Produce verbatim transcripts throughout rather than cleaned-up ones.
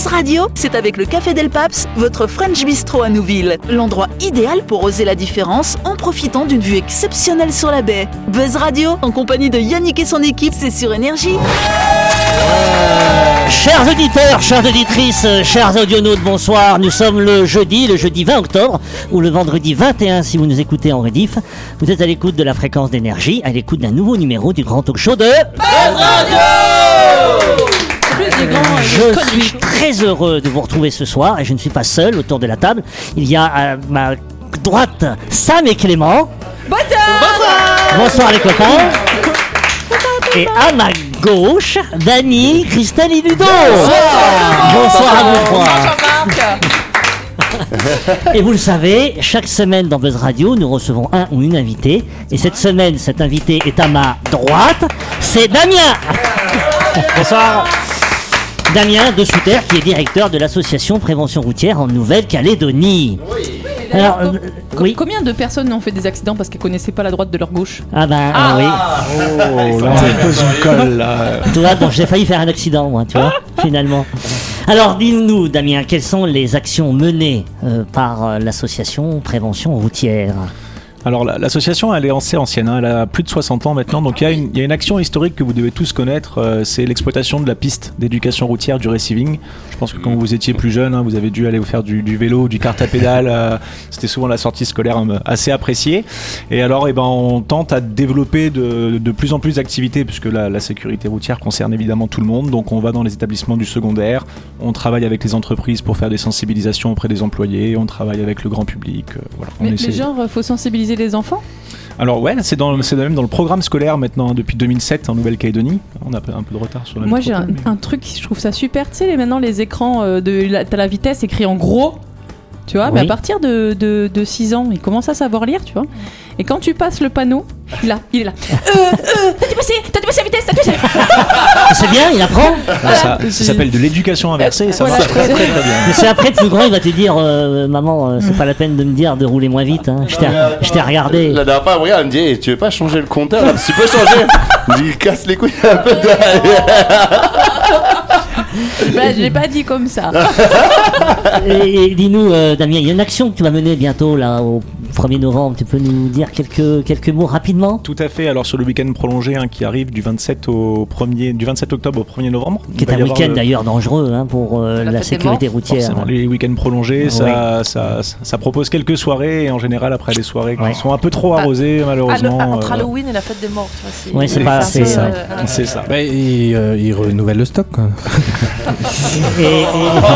Buzz Radio, c'est avec le Café Del Paps, votre French Bistro à Nouville. L'endroit idéal pour oser la différence en profitant d'une vue exceptionnelle sur la baie. Buzz Radio, en compagnie de Yannick et son équipe, c'est sur Énergie. Euh, chers auditeurs, chères auditrices, chers audionautes, bonsoir. Nous sommes le jeudi, le jeudi vingt octobre, ou le vendredi vingt et un si vous nous écoutez en rediff. Vous êtes à l'écoute de la fréquence d'énergie, à l'écoute d'un nouveau numéro du grand talk show de Buzz Radio. Je suis très heureux de vous retrouver ce soir et je ne suis pas seul autour de la table. Il y a à ma droite Sam et Clément. Bonsoir. Bonsoir, Bonsoir les copains. Et à ma gauche, Dany, Christelle et Ludo. Bonsoir, Bonsoir à vous trois. Et vous le savez, chaque semaine dans Buzz Radio, nous recevons un ou une invitée. Et cette semaine, cet invité est à ma droite, c'est Damien. Bonsoir. Damien de Souter, qui est directeur de l'association Prévention Routière en Nouvelle-Calédonie. Oui. Alors, euh, Com- oui. Combien de personnes ont fait des accidents parce qu'elles connaissaient pas la droite de leur gauche? Ah ben ah. oui. Oh là, on pose une colle là. Tu vois, donc j'ai failli faire un accident, moi, tu vois, finalement. Alors, dis-nous, Damien, quelles sont les actions menées euh, par euh, l'association Prévention Routière? Alors la, l'association elle est assez ancienne, hein, elle a plus de soixante ans maintenant, donc il y, a une, il y a une action historique que vous devez tous connaître, euh, c'est l'exploitation de la piste d'éducation routière du racing. Je pense que quand vous étiez plus jeune, hein, vous avez dû aller vous faire du, du vélo, du kart à pédale, euh, c'était souvent la sortie scolaire euh, assez appréciée. Et alors eh ben, on tente à développer de, de plus en plus d'activités, puisque la, la sécurité routière concerne évidemment tout le monde, donc on va dans les établissements du secondaire, on travaille avec les entreprises pour faire des sensibilisations auprès des employés, on travaille avec le grand public. Euh, voilà, mais, on essaie... mais genre, faut sensibiliser les enfants? Alors ouais, c'est, dans, c'est même dans le programme scolaire maintenant, hein, depuis deux mille sept en Nouvelle-Calédonie. On a un peu de retard sur la Moi j'ai un, mais... un truc, je trouve ça super, tu sais, les, maintenant les écrans, euh, de la, t'as la vitesse écrit en gros, tu vois, oui. Mais à partir de, de, de six ans, ils commencent à savoir lire, tu vois. Et quand tu passes le panneau, là, il est là. euh, euh, t'as dépassé, t'as dépassé la vitesse, t'as dépassé. C'est bien, il apprend. Voilà. Ça, ça s'appelle de l'éducation inversée, et ça voilà, marche très, très très bien. Mais c'est après plus grand, il va te dire, euh, maman, euh, c'est pas la peine de me dire de rouler moins vite. Hein. Je, t'ai, je t'ai regardé. La dernière fois, regarde, elle me dit, hey, tu veux pas changer le compteur là? Tu peux changer. Je lui casse les couilles un peu. De... Bah, je l'ai pas dit comme ça. Et, et dis-nous, euh, Damien, il y a une action que tu vas mener bientôt là au premier novembre. Tu peux nous dire quelques quelques mots rapidement? Tout à fait. Alors sur le week-end prolongé hein, qui arrive du vingt-sept au premier, du vingt-sept octobre au premier novembre. Qui est un week-end le... d'ailleurs dangereux hein, pour euh, la, la sécurité routière. Forcément, les week-ends prolongés, ça, oui. ça, ça, ça propose quelques soirées et en général après des soirées ouais. qui sont un peu trop arrosées ah, malheureusement. Ah, le, entre euh... Halloween et la fête des morts, tu vois. C'est, ouais, c'est, c'est pas c'est, c'est, ça. Ouais. Euh, c'est ça. Bah, ils, euh, ils renouvellent le stock. Quoi. et, et...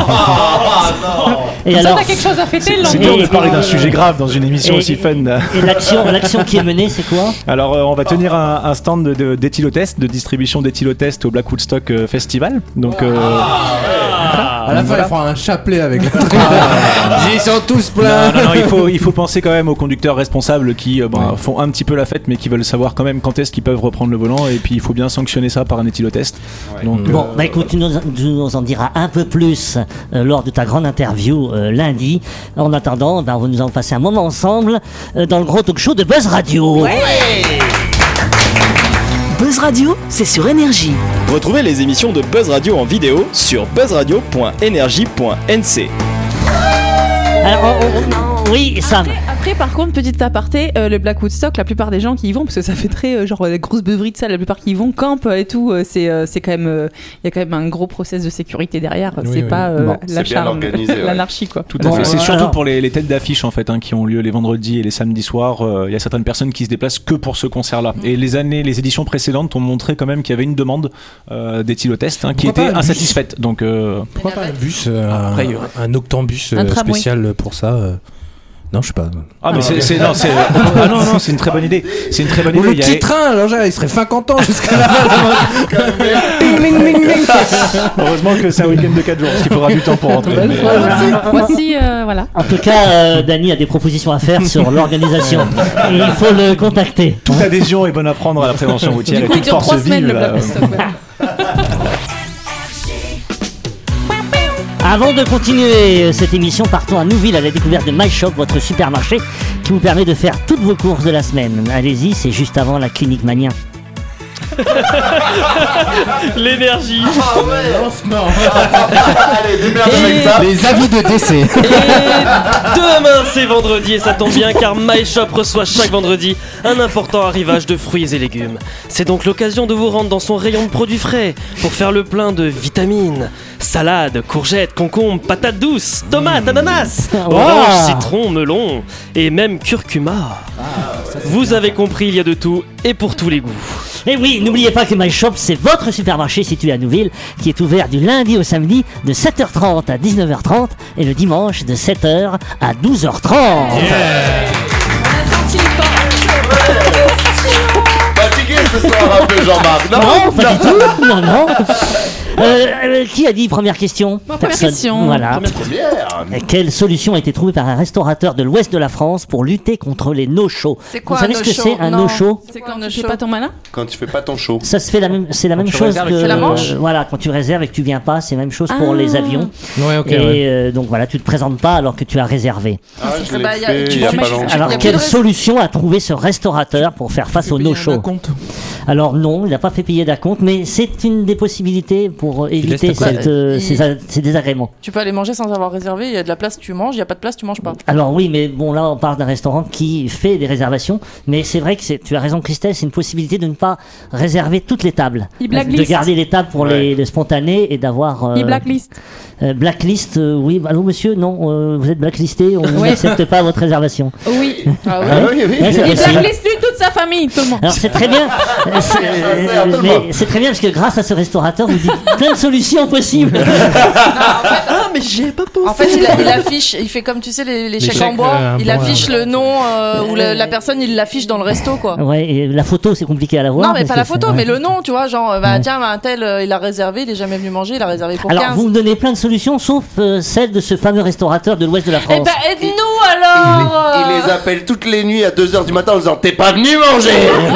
et alors, t'as quelque chose à fêter le lendemain. C'est dur de parler d'un sujet grave dans une émission et, aussi fun. Et l'action, l'action qui est menée, c'est quoi? Alors, euh, on va tenir un, un stand de, de, d'éthylotest, de distribution d'éthylotest au Black Woodstock euh, Festival. Donc, euh, ah, à la fin, il fera un chapelet avec la ils sont tous pleins. Non, non, non, il faut, il faut penser quand même aux conducteurs responsables qui euh, bon, ouais. font un petit peu la fête, mais qui veulent savoir quand même quand est-ce qu'ils peuvent reprendre le volant. Et puis, il faut bien sanctionner ça par un éthylotest. Ouais. Donc, bon, euh, bah écoute, tu nous, tu nous en diras un peu plus euh, lors de ta grande interview euh, lundi. En attendant, bah, nous allons passer un moment ensemble euh, dans le gros talk show de Buzz Radio. Ouais. Buzz Radio, c'est sur Énergie. Retrouvez les émissions de Buzz Radio en vidéo sur buzz radio point énergie point n c. Alors, on, on, oui, Sam. Après, après, par contre, petite aparté, euh, le Black Woodstock, la plupart des gens qui y vont, parce que ça fait très euh, genre la grosse beuverie de ça, la plupart qui y vont campent et tout, euh, c'est euh, c'est quand même, il euh, y a quand même un gros process de sécurité derrière. Oui, c'est oui. pas euh, bon, la charme, l'anarchie quoi. Tout à bon, fait. C'est euh, surtout alors... pour les, les têtes d'affiche en fait, hein, qui ont lieu les vendredis et les samedis soirs. Il euh, y a certaines personnes qui se déplacent que pour ce concert-là. Mmh. Et les années, les éditions précédentes ont montré quand même qu'il y avait une demande euh, d'éthylotest hein, qui était insatisfaite. Donc euh... pourquoi pas un bus, euh, Après, un, un octambus euh, spécial pour ça. Euh... Non, je sais pas. Ah, mais c'est, c'est, non, c'est, ah non, non, c'est une très bonne idée. C'est une très bonne Ou idée. le petit a... train, alors il serait cinquante ans jusqu'à là. Heureusement que c'est un week-end de quatre jours, parce qu'il faudra du temps pour rentrer. Mais... Voici, euh, voilà. En tout cas, euh, Dany a des propositions à faire sur l'organisation. Et il faut le contacter. Toute adhésion est bonne à prendre à la prévention routière. Du coup, il dure trois semaines le Black Woodstock. Avant de continuer cette émission, partons à Nouville à la découverte de MyShop, votre supermarché qui vous permet de faire toutes vos courses de la semaine. Allez-y, c'est juste avant la clinique Mania. L'énergie. Ah ouais. Lancement. Allez, démerde avec ça. Les avis de décès. Et demain c'est vendredi et ça tombe bien car MyShop reçoit chaque vendredi un important arrivage de fruits et légumes. C'est donc l'occasion de vous rendre dans son rayon de produits frais pour faire le plein de vitamines. Salade, courgettes, concombres, patates douces, tomates, ananas, oranges, citron, melon et même curcuma. Vous avez compris, il y a de tout et pour tous les goûts. Et oui, n'oubliez pas que MyShop, c'est votre supermarché situé à Nouville, qui est ouvert du lundi au samedi de sept heures trente à dix-neuf heures trente et le dimanche de sept heures à douze heures trente. Fatigué ce soir un peu, Jean-Marc. Non, Non, pas du tout. Non, non. Euh, euh, qui a dit première question? Moi, première question. Voilà. première. Et quelle solution a été trouvée par un restaurateur de l'ouest de la France pour lutter contre les no-show? C'est quoi Vous savez un ce que no-show? c'est un Non. no-show? C'est quand No tu fais show. pas ton malin. Quand tu fais pas ton show. Ça se fait la même, c'est la même tu chose réserves que et que tu la manches euh, voilà, quand tu réserves et que tu viens pas, c'est la même chose pour Ah. les avions. Ouais, ok. et ouais. euh, donc voilà, tu te présentes pas alors que tu as réservé. Ah, je l'ai bah, y a- fait tu il y a peux pas mettre- longtemps. Alors y a quelle plus de solution a trouvé ce restaurateur pour faire face au no-show? compte. Alors non, il n'a pas fait payer d'acompte, mais c'est une des possibilités pour euh, éviter laisses ta cette, euh, il- ces, a- ces désagréments. Tu peux aller manger sans avoir réservé, il y a de la place, tu manges, il y a pas de place, tu manges pas. Alors oui, mais bon là on parle d'un restaurant qui fait des réservations, mais c'est vrai que c'est, tu as raison Christelle, c'est une possibilité de ne pas réserver toutes les tables, Il blacklist. de garder les tables pour Ouais. les, les spontanés et d'avoir euh, Il blacklist. euh, blacklist. euh, oui, allô monsieur, non, euh, vous êtes blacklisté, on Oui. n'accepte pas votre réservation. Oui. Ah Ah oui, oui. Ouais, c'est Il possible. blacklist lui toute sa famille, tout le monde. Alors c'est très bien, euh, c'est, euh, tout le mais monde. c'est très bien parce que grâce à ce restaurateur, vous dites plein de solutions possibles. Ah mais j'y ai pas pensé. En fait, il, a- il affiche, il fait comme tu sais les, les chèques chèques, en bois, euh, il bon, affiche euh, le nom euh, ou la, la personne, il l'affiche dans le resto quoi. Ouais, et la photo c'est compliqué à la voir. Non, mais parce pas que la c'est- photo, ouais. mais le nom, tu vois, genre, euh, bah Ouais. tiens, bah, un tel, euh, il a réservé, il est jamais venu manger, il a réservé pour Alors quinze. vous me donnez plein de solutions sauf euh, celle de ce fameux restaurateur de l'ouest de la Eh France. ben, aide-nous alors Il euh. les appelle toutes les nuits à deux heures du matin en disant t'es pas venu manger.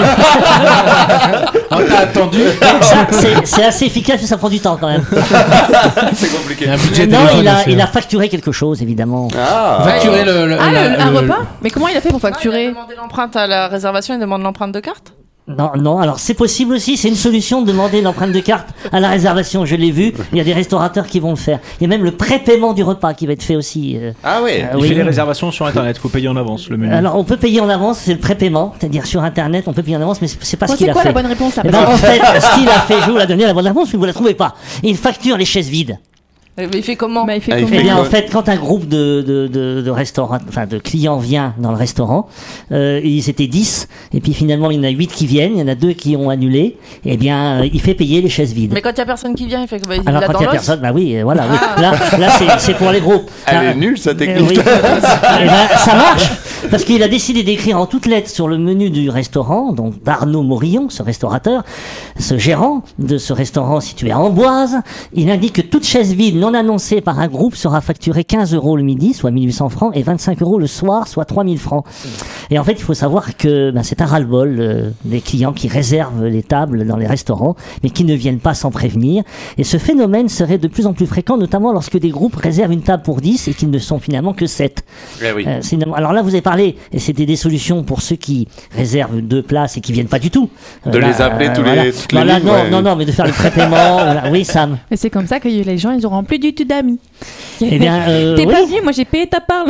On t'a attendu. Ça, c'est, c'est assez efficace mais ça prend du temps quand même. C'est compliqué. Un budget non, téléphone il a, aussi, il hein. a facturé quelque chose évidemment. Ah. Facturer le, le- Ah, la- le- un le- repas. Mais comment il a fait pour Ah, il a facturer? demandé l'empreinte à la réservation, il demande l'empreinte de carte. Non, non, alors c'est possible aussi, c'est une solution de demander l'empreinte de carte à la réservation, je l'ai vu, il y a des restaurateurs qui vont le faire. Il y a même le prépaiement du repas qui va être fait aussi. euh. Ah ouais. Ah Il oui. fait les réservations sur internet, faut payer en avance le menu. Alors on peut payer en avance, c'est le prépaiement, c'est-à-dire sur internet on peut payer en avance mais c'est, c'est pas Bon, ce qu'il c'est a quoi fait. la bonne réponse là? Eh ben, en fait, ce qu'il a fait, je vous la donner la bonne réponse, mais vous la trouvez pas. Il facture les chaises vides. Mais il fait comment? Bah, il fait Ah, il comment? Eh bien, quoi en fait, quand un groupe de, de, de, de restaurants, enfin, de clients vient dans le restaurant, euh, ils étaient dix, et puis finalement, il y en a huit qui viennent, il y en a deux qui ont annulé, eh bien, euh, il fait payer les chaises vides. Mais quand il y a personne qui vient, il fait que bah, il Alors, l'a quand dans il y a l'os. personne, bah oui, euh, voilà, oui. Ah. Là, là c'est, c'est pour les groupes. Elle Ah, est nulle sa euh, technique. oui. Eh ben, ça marche, parce qu'il a décidé d'écrire en toutes lettres sur le menu du restaurant, donc d'Arnaud Morillon, ce restaurateur, ce gérant de ce restaurant situé à Amboise, il indique que toute chaise vide non annoncée par un groupe sera facturée quinze euros le midi, soit mille huit cents francs, et vingt-cinq euros le soir, soit trois mille francs. Et en fait, il faut savoir que ben, c'est un ras-le-bol euh, des clients qui réservent les tables dans les restaurants, mais qui ne viennent pas sans prévenir. Et ce phénomène serait de plus en plus fréquent, notamment lorsque des groupes réservent une table pour dix et qu'ils ne sont finalement que sept. Eh oui. Euh, c'est une- alors là, vous avez parlé, et c'était des solutions pour ceux qui réservent deux places et qui viennent pas du tout. Euh, De là, les appeler tous les- voilà. toutes les Voilà, nuits, non, ouais. non, non, mais de faire le prépaiement. Voilà. Oui, Sam. Mais c'est comme ça que les gens ils auront plus du tout d'amis. Eh bien, euh, T'es oui. pas venu, moi j'ai payé ta part.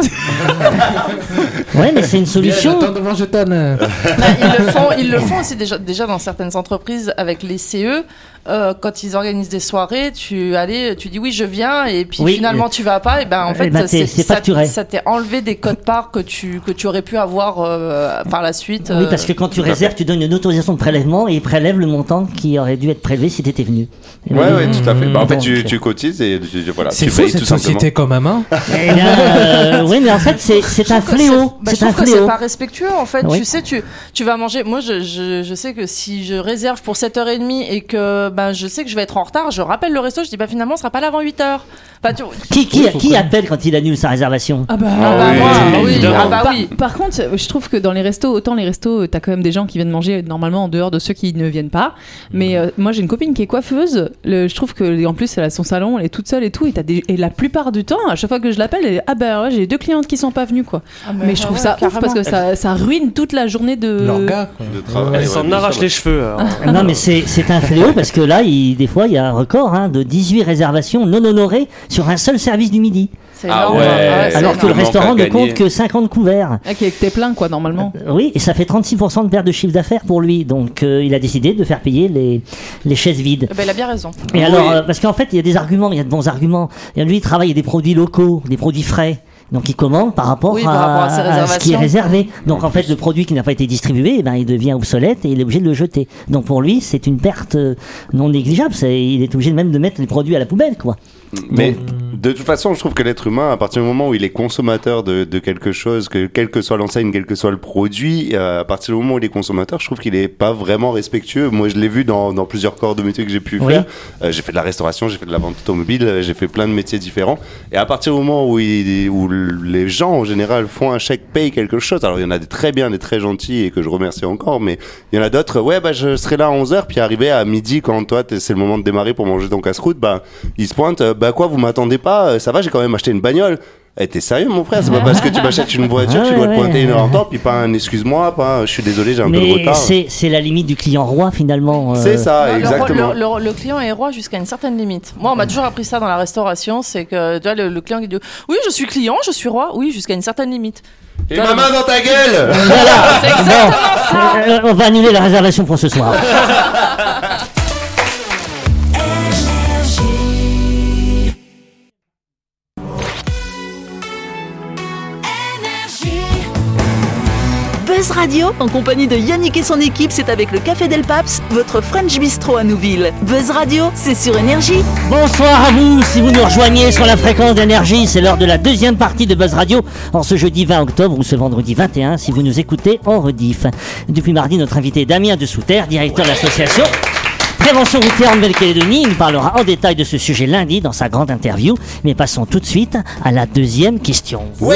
Ouais, mais c'est une solution. Attends devant, je tonne. Bah, ils le font, ils le font aussi déjà, déjà dans certaines entreprises avec les C E. Euh, quand ils organisent des soirées, tu allais, tu dis oui, je viens, et puis Oui. finalement tu vas pas, et ben en Eh fait ben, t'es- c'est ça, facturé. ça t'est enlevé des codes parts que tu que tu aurais pu avoir euh, par la suite. Oui, euh, parce que quand tu réserves, tu donnes une autorisation de prélèvement et ils prélèvent le montant qui aurait dû être prélevé si tu étais venu. Et Ouais, oui. ouais, tout à fait. Bah, en fait, Donc, tu, tu cotises et tu, voilà, C'est tu fou payes cette tout simplement. société quand même, hein. Eh bien, euh, oui, mais en fait, c'est, c'est un Je trouve que fléau. c'est- bah, je c'est un trouve que c'est fléau. pas respectueux en fait. Oui. Tu sais, tu, tu vas manger. Moi, je, je, je sais que si je réserve pour sept heures trente et que ben, je sais que je vais être en retard, je rappelle le resto, je dis bah finalement, on sera pas là avant huit heures. Bah, tu... Qui, qui, qui appelle quand il annule sa réservation? Ah bah, Ah bah, oui, moi, oui, évidemment. ah bah par, oui. par contre, je trouve que dans les restos, autant les restos, t'as quand même des gens qui viennent manger normalement en dehors de ceux qui ne viennent pas. Mais euh, moi, j'ai une copine qui est coiffeuse. Le, je trouve que en plus, elle a son salon, elle est toute seule et tout. Et, t'as des, et la plupart du temps, à chaque fois que je l'appelle, elle est, ah ben ouais, j'ai deux clientes qui sont pas venues quoi. Ah, mais, mais je trouve ouais, ça carrément. ouf parce que ça, ça ruine toute la journée de. Leur gars, quoi. De travail, Elle s'en arrache les cheveux. alors. Non mais c'est c'est un fléau parce que là, il, des fois, il y a un record hein, de dix-huit réservations non honorées sur un seul service du midi. C'est Ah énorme. ouais, Ah, c'est Alors que le énorme. restaurant manque ne à compte gagner. que cinquante couverts. Ah, qui est que t'es plein quoi normalement. Euh, Oui, et ça fait trente-six pour cent de perte de chiffre d'affaires pour lui. Donc euh, il a décidé de faire payer les, les chaises vides. Eh ben, il a bien raison. Et Oui. alors, euh, parce qu'en fait, il y a des arguments, il y a de bons arguments. Et lui, il travaille avec des produits locaux, des produits frais. Donc il commande par rapport, Oui, à, par rapport à ses à ce qui est réservations. réservé. Donc en fait, le produit qui n'a pas été distribué, eh ben, il devient obsolète et il est obligé de le jeter. Donc pour lui, c'est une perte euh, non négligeable. C'est, il est obligé même de mettre les produits à la poubelle, quoi. Mais de toute façon, je trouve que l'être humain, à partir du moment où il est consommateur de, de quelque chose, que quelle que soit l'enseigne, quel que soit le produit, euh, à partir du moment où il est consommateur, je trouve qu'il est pas vraiment respectueux. Moi, je l'ai vu dans, dans plusieurs corps de métier que j'ai pu Oui. faire. Euh, j'ai fait de la restauration, j'ai fait de la vente automobile, euh, j'ai fait plein de métiers différents. Et à partir du moment où, il, où les gens, en général, font un chèque, payent quelque chose, alors il y en a des très bien, des très gentils et que je remercie encore, mais il y en a d'autres, ouais, bah, je serai là à onze heures, puis arrivé à midi, quand toi, t'es- c'est le moment de démarrer pour manger ton casse-croûte, bah, ils se pointent, euh, bah, quoi, vous m'attendez pas, ça va, j'ai quand même acheté une bagnole. Eh, t'es sérieux, mon frère? C'est pas parce que tu m'achètes une voiture, Ah tu dois ouais, te pointer ouais. une heure en temps, puis pas un excuse-moi, pas un je suis désolé, j'ai un peu de Mais retard. c'est, c'est la limite du client roi, finalement. euh. C'est ça, Non, le, exactement. le- le- le client est roi jusqu'à une certaine limite. Moi, on m'a toujours appris ça dans la restauration, c'est que tu vois, le, le client qui dit oui, je suis client, je suis roi, oui, jusqu'à une certaine limite. Et ma main dans ta gueule! Voilà. C'est exactement ça. Euh, on va annuler la réservation pour ce soir. Buzz Radio, en compagnie de Yannick et son équipe, c'est avec le Café Del Paps, votre French Bistro à Nouville. Buzz Radio, c'est sur Énergie. Bonsoir à vous, si vous nous rejoignez sur la fréquence d'énergie, c'est l'heure de la deuxième partie de Buzz Radio en ce jeudi vingt octobre ou ce vendredi vingt et un si vous nous écoutez en rediff. Depuis mardi, notre invité est Damien de Souter, directeur de l'association Prévention routière en Nouvelle-Calédonie. Il nous parlera en détail de ce sujet lundi dans sa grande interview. Mais passons tout de suite à la deuxième question.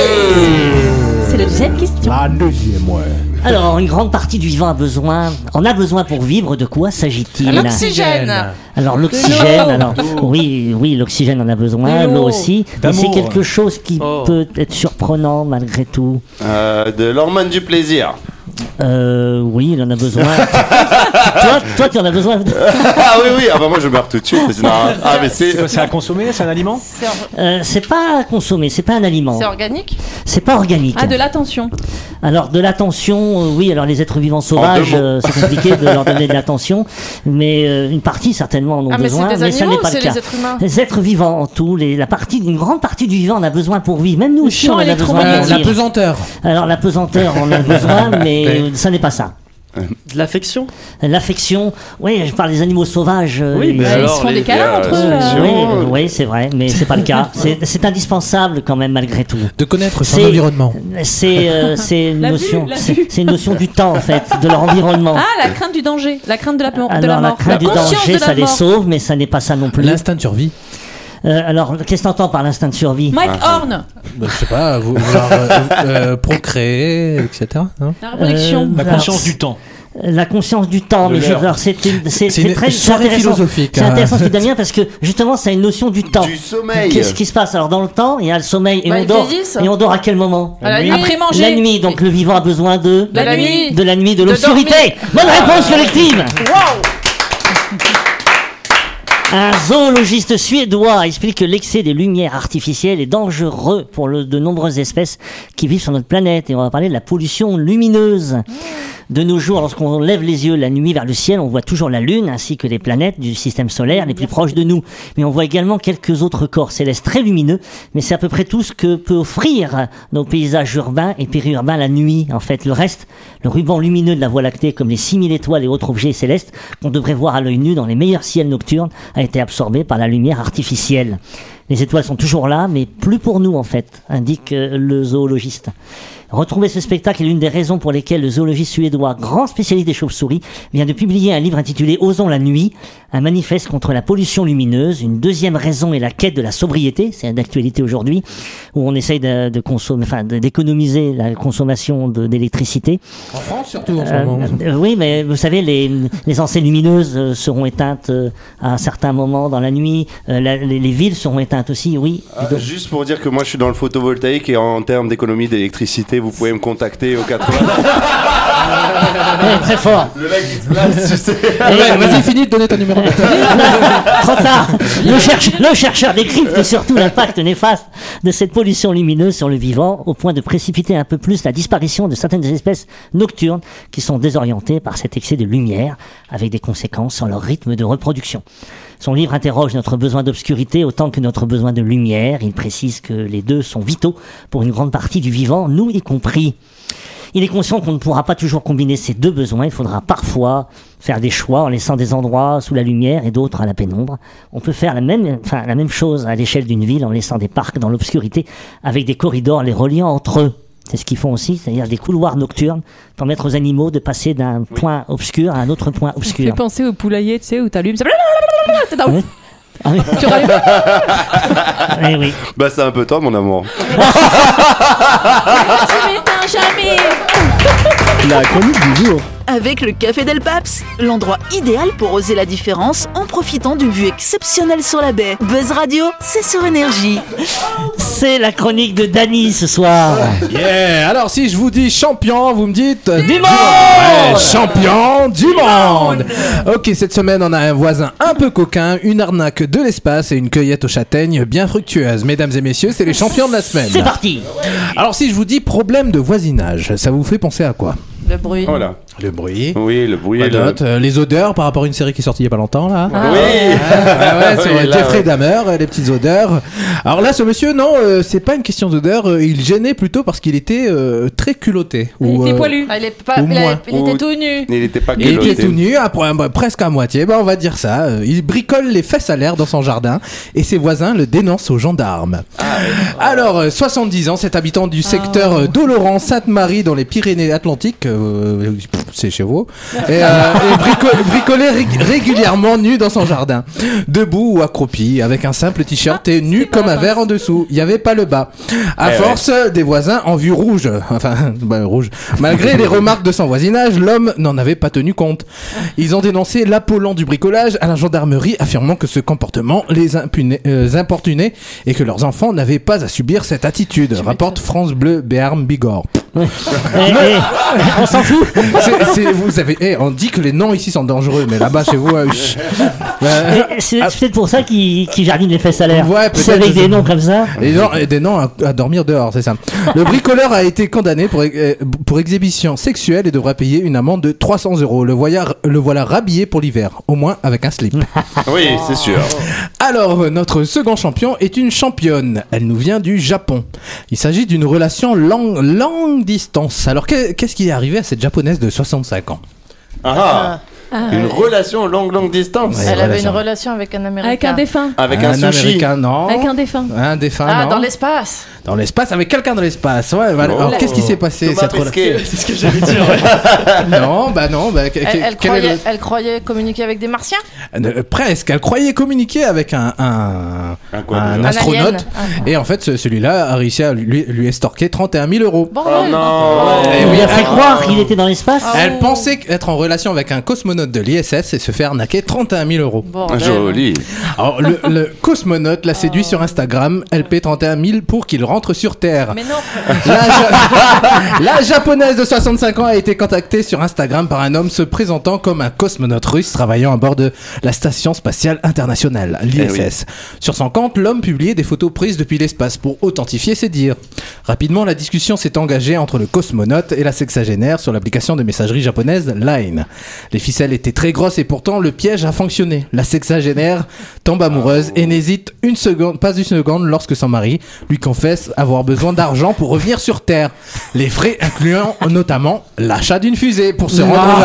C'est la deuxième question. La deuxième, ouais. Alors, une grande partie du vivant a besoin, on a besoin pour vivre, de quoi s'agit-il? L'oxygène. Alors l'oxygène, alors oui, oui, l'oxygène en a besoin, De l'eau l'eau. aussi. Mais c'est D'amour. quelque chose qui Oh. peut être surprenant malgré tout. Euh, de l'hormone du plaisir. Euh, oui, il en a besoin. toi, toi, tu en as besoin. Ah oui, oui, ah bah moi je meurs tout de suite. Non, ah mais c'est. C'est c'est à consommer, c'est un aliment? C'est or- Euh, c'est pas à consommer, c'est pas un aliment. c'est organique. C'est pas organique. Ah, de l'attention. Alors de l'attention, euh, oui. Alors les êtres vivants sauvages, deux mots. euh, c'est compliqué de leur donner de l'attention, mais euh, une partie certainement en ont Ah, mais besoin, c'est des mais ça animaux n'est pas ou c'est le cas. les êtres humains? Les êtres vivants, en tout, les, la partie, une grande partie du vivant en a besoin pour vivre. Même nous Le aussi, on champ en a besoin électromagnétique. pour la vivre. pesanteur. Alors la pesanteur, on en a besoin, mais euh, ça n'est pas ça. De l'affection. L'affection, oui, je parle des animaux sauvages. euh, Oui, ils- mais Ils alors, se font les des câlins gars, entre eux. c'est là. sûr. oui, euh, oui, c'est vrai, mais c'est pas le cas. C'est, c'est indispensable quand même malgré tout. De connaître son C'est- environnement. C'est, euh, c'est une La vue, notion, la c'est, vue. c'est une notion du temps en fait, de leur environnement. Ah, la crainte du danger, la crainte de la, de la Alors la mort, crainte du conscience danger, de la ça les mort. sauve, mais ça n'est pas ça non plus. L'instinct de survie. Euh, alors, qu'est-ce que t'entends par l'instinct de survie? Mike Horn, Bah, je sais pas, vou- vouloir euh, euh, procréer, et cetera. non la reproduction. Euh, La Alors, conscience du temps. La conscience du temps, De mais je, l'heure. alors c'est, une- c'est, C'est c'est une très c'est soirée intéressant. philosophique, C'est hein. intéressant ce que Damien parce que justement, c'est une notion du temps. Du sommeil. Qu'est-ce qui se passe? Alors dans le temps, il y a le sommeil et Bah, on ils dort. vieillissent. Et on dort à quel moment? À la nuit. Après manger. La nuit. Donc le vivant a besoin de De la nuit. de la nuit, de De l'obscurité. dormir. Bonne réponse collective. Waouh. Un zoologiste suédois explique que l'excès des lumières artificielles est dangereux pour le- de nombreuses espèces qui vivent sur notre planète. Et on va parler de la pollution lumineuse. De nos jours, lorsqu'on lève les yeux la nuit vers le ciel, on voit toujours la Lune ainsi que les planètes du système solaire les plus proches de nous. Mais on voit également quelques autres corps célestes très lumineux, mais c'est à peu près tout ce que peut offrir nos paysages urbains et périurbains la nuit. En fait, le reste, le ruban lumineux de la Voie lactée, comme les six mille étoiles et autres objets célestes qu'on devrait voir à l'œil nu dans les meilleurs ciels nocturnes, a été absorbé par la lumière artificielle. Les étoiles sont toujours là, mais plus pour nous en fait, indique euh, le zoologiste. Retrouver ce spectacle est l'une des raisons pour lesquelles le zoologiste suédois, grand spécialiste des chauves-souris, vient de publier un livre intitulé Osons la nuit, un manifeste contre la pollution lumineuse. Une deuxième raison est la quête de la sobriété, c'est d'actualité aujourd'hui, où on essaye de, de consommer, enfin, de, d'économiser la consommation de, d'électricité. En France surtout en ce moment. Euh, oui, mais vous savez, les, les enseignes lumineuses seront éteintes à un certain moment dans la nuit. Euh, la, les, les villes seront éteintes aussi, oui. Ah, donc... Juste pour dire que moi je suis dans le photovoltaïque et en termes d'économie d'électricité, vous pouvez me contacter au quatre-vingts. Ouais, très fort. Le mec il se place, tu sais. Ouais, vas-y, finis de donner ton numéro. Trop tard. Le, cherche, le chercheur décrypte surtout l'impact néfaste de cette pollution lumineuse sur le vivant, au point de précipiter un peu plus la disparition de certaines espèces nocturnes qui sont désorientées par cet excès de lumière, avec des conséquences sur leur rythme de reproduction. Son livre interroge notre besoin d'obscurité autant que notre besoin de lumière. Il précise que les deux sont vitaux pour une grande partie du vivant, nous y compris. Il est conscient qu'on ne pourra pas toujours combiner ces deux besoins. Il faudra parfois faire des choix en laissant des endroits sous la lumière et d'autres à la pénombre. On peut faire la même, enfin, la même chose à l'échelle d'une ville en laissant des parcs dans l'obscurité avec des corridors les reliant entre eux. C'est ce qu'ils font aussi, c'est-à-dire des couloirs nocturnes pour permettre aux animaux de passer d'un oui. point obscur à un autre point obscur. Ça fait penser au poulailler, tu sais, où t'allumes, ça... T'es dans... Oui. Ah oui. Tu rallumes. Eh oui. Bah c'est un peu toi mon amour. Tu m'éteins jamais. La chronique du jour. Avec le Café Del Paps, l'endroit idéal pour oser la différence en profitant d'une vue exceptionnelle sur la baie. Buzz Radio, c'est sur Énergie. C'est la chronique de Dany ce soir. Yeah. Alors si je vous dis champion, vous me dites du monde. Ouais, champion du monde. Ok, cette semaine on a un voisin un peu coquin, une arnaque de l'espace et une cueillette aux châtaignes bien fructueuse. Mesdames et messieurs, c'est les champions de la semaine. C'est parti. Alors si je vous dis problème de voisinage, ça vous fait penser à quoi? Le bruit. Voilà. Le bruit. Oui, le bruit. Quoi Le... d'autre euh, les odeurs par rapport à une série qui est sortie il y a pas longtemps là. Ah. Oui. Ah, ouais, ouais, sur oui, là, Jeffrey ouais. Dahmer, euh, les petites odeurs. Alors là, ce monsieur, non, euh, c'est pas une question d'odeur. Euh, il gênait plutôt parce qu'il était euh, très culotté. Il ou, était euh, poilu. Ah, il, est pas, Au il, a- moins. il était Ou- tout nu. Il était pas Il culotté. était tout nu, après, bah, presque à moitié, bah, on va dire ça. Euh, Il bricole les fesses à l'air dans son jardin et ses voisins le dénoncent aux gendarmes. Ah, ouais. Alors, euh, soixante-dix ans, cet habitant du secteur euh, d'Oloron-Sainte-Marie dans les Pyrénées-Atlantiques, euh, pff, c'est chez vous, et, euh, et brico- bricolait ré- régulièrement nu dans son jardin, debout ou accroupi, avec un simple t-shirt et nu comme un verre en dessous. Il n'y avait pas le bas. À Eh force, des voisins en vue rouge, enfin, bah, rouge. Malgré les remarques de son voisinage, l'homme n'en avait pas tenu compte. Ils ont dénoncé l'Apollon du bricolage à la gendarmerie, affirmant que ce comportement les impunait- euh, importunait et que leurs enfants n'avaient pas à subir cette attitude, rapporte France Bleu Béarn Bigorre. Eh, eh, on s'en fout. C'est- c'est- vous avez, eh, on dit que les noms ici sont dangereux, mais là-bas chez vous, euh, chut. Euh, Eh, C'est c'est peut-être pour ça qu'il qu'il jardine les fesses à l'air. Ouais, peut-être, c'est avec je des sais. noms comme ça. Et non, et des noms à, à dormir dehors, c'est ça. Le bricoleur a été condamné pour, euh, pour exhibition sexuelle et devra payer une amende de trois cents euros. Le, voyard, le voilà rhabillé pour l'hiver, au moins avec un slip. Oui, c'est sûr. Alors, euh, notre second champion est une championne. Elle nous vient du Japon. Il s'agit d'une relation longue, longue distance. Alors, que- qu'est-ce qui est arrivé à cette japonaise de soixante-cinq ans? Ah, une relation longue longue distance. Ouais, Elle avait relation. une relation avec un Américain. Avec un défunt. Avec un, sushi. Américain, non. Avec un défunt. Un défunt, Ah, non. dans l'espace. Dans l'espace, avec quelqu'un dans l'espace. Ouais, voilà. Oh. Alors, qu'est-ce qui s'est passé Thomas cette relation? Pesquet. C'est ce que j'allais dire. Ouais. Non, bah non. Bah, que- Elle, que- elle quel est croyait, le- elle croyait communiquer avec des martiens. Euh, presque. Elle croyait communiquer avec un, un, Un quoi, un déjà Un astronaute. alien. Ah. Et en fait, ce- celui-là a réussi à lui, lui estorquer trente et un mille euros. Bon, Oh ouais. non. Eh Il oui, lui a fait elle- croire qu'il était dans l'espace. Ah. Elle Oh. pensait être en relation avec un cosmonaute de l'I S S et se fait arnaquer trente et un mille euros. Bordel. Joli. Alors, le, le cosmonaute l'a séduit sur Instagram. Elle paie trente et un mille pour qu'il rentre sur Terre. Mais non. La, ja- la japonaise de soixante-cinq ans a été contactée sur Instagram par un homme se présentant comme un cosmonaute russe travaillant à bord de la station spatiale internationale, l'I S S. Sur son compte, l'homme publiait des photos prises depuis l'espace pour authentifier ses dires. Rapidement, la discussion s'est engagée entre le cosmonaute et la sexagénaire sur l'application de messagerie japonaise Line. Les ficelles étaient très grosses et pourtant le piège a fonctionné. La sexagénaire tombe amoureuse et n'hésite une seconde, pas une seconde lorsque son mari lui confesse avoir besoin d'argent pour revenir sur Terre. Les frais incluant notamment l'achat d'une fusée pour se rendre au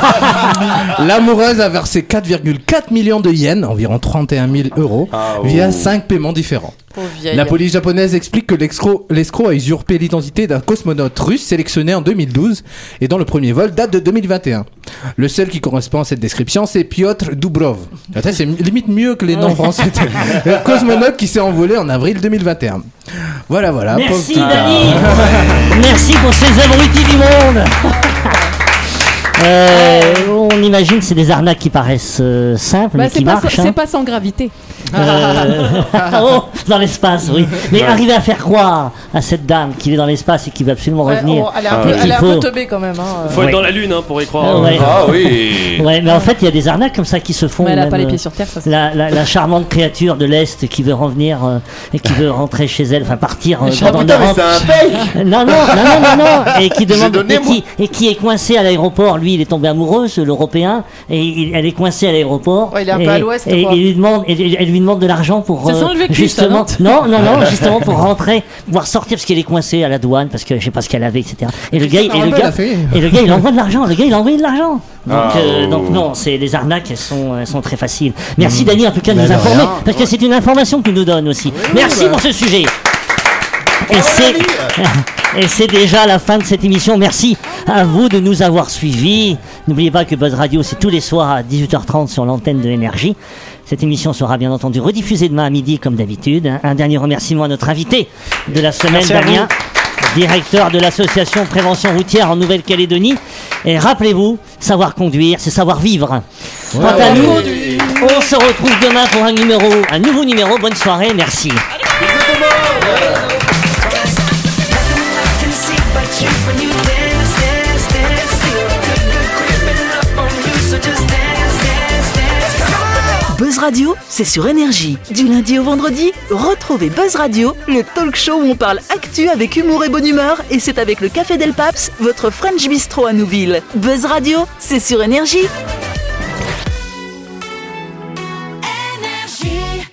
Japon. L'amoureuse a versé quatre virgule quatre millions de yens, environ trente et un mille euros, Ah, oh. via cinq paiements différents. La police japonaise explique que l'escroc, l'escroc a usurpé l'identité d'un cosmonaute russe sélectionné en deux mille douze et dont le premier vol date de deux mille vingt et un. Le seul qui correspond à cette description, c'est Piotr Dubrov. Attends, c'est limite mieux que les noms français. Le cosmonaute qui s'est envolé en avril deux mille vingt et un. Voilà, voilà. Merci Dani. Merci pour ces abrutis du monde. Euh, on imagine que c'est des arnaques qui paraissent euh, simples, bah, mais qui pas, marchent. C'est hein. pas sans gravité. Euh... oh, dans l'espace, oui. Mais ouais. Arriver à faire croire à cette dame qu'il est dans l'espace et qu'il va absolument ouais, revenir. Oh, elle est un peu, elle est faut... un peu teubée quand même. Hein. Faut ouais. être dans la lune hein, pour y croire. Euh, ouais. Ah oui. Ouais, mais en fait, il y a des arnaques comme ça qui se font. Mais elle même, a pas les pieds sur terre, ça. La, la, la charmante créature de l'Est qui veut revenir euh, et qui veut rentrer chez elle, enfin partir euh, dans l'Europe. Non, non, non, non, non, non, et qui demande donné, et, qui, et qui est coincé à l'aéroport. Lui, il est tombé amoureux, l'Européen, et il, elle est coincée à l'aéroport. Ouais, il est un et, peu à l'ouest. Et, et lui demande, et, elle lui demande de l'argent pour ça sent le vécu, justement, ça, non, non, non, justement pour rentrer, pouvoir sortir parce qu'elle est coincée à la douane parce que je sais pas ce qu'elle avait, et cetera. Et le gars, et le gars, et le gars, il envoie de l'argent. Le gars, il a envoyé de l'argent. Donc, ah, euh, oh. donc non, c'est les arnaques, elles sont, elles sont très faciles. Merci mmh. Dani en tout cas de nous informer, rien. Parce que c'est une information que tu nous donnes aussi. Oui, merci bah. pour ce sujet. Et c'est, et c'est déjà la fin de cette émission. Merci à vous de nous avoir suivis. N'oubliez pas que Buzz Radio, c'est tous les soirs à dix-huit heures trente sur l'antenne de Énergie. Cette émission sera bien entendu rediffusée demain à midi comme d'habitude. Un dernier remerciement à notre invité de la semaine, Damien, directeur de l'association Prévention Routière en Nouvelle-Calédonie. Et rappelez-vous, savoir conduire, c'est savoir vivre. Ouais, Quant à nous, conduire. On se retrouve demain pour un numéro, un nouveau numéro. Bonne soirée, merci. Buzz Radio, c'est sur Énergie. Du lundi au vendredi, retrouvez Buzz Radio, le talk show où on parle actu avec humour et bonne humeur, et c'est avec le Café Del Paps, votre French Bistro à Nouville. Buzz Radio, c'est sur Énergie.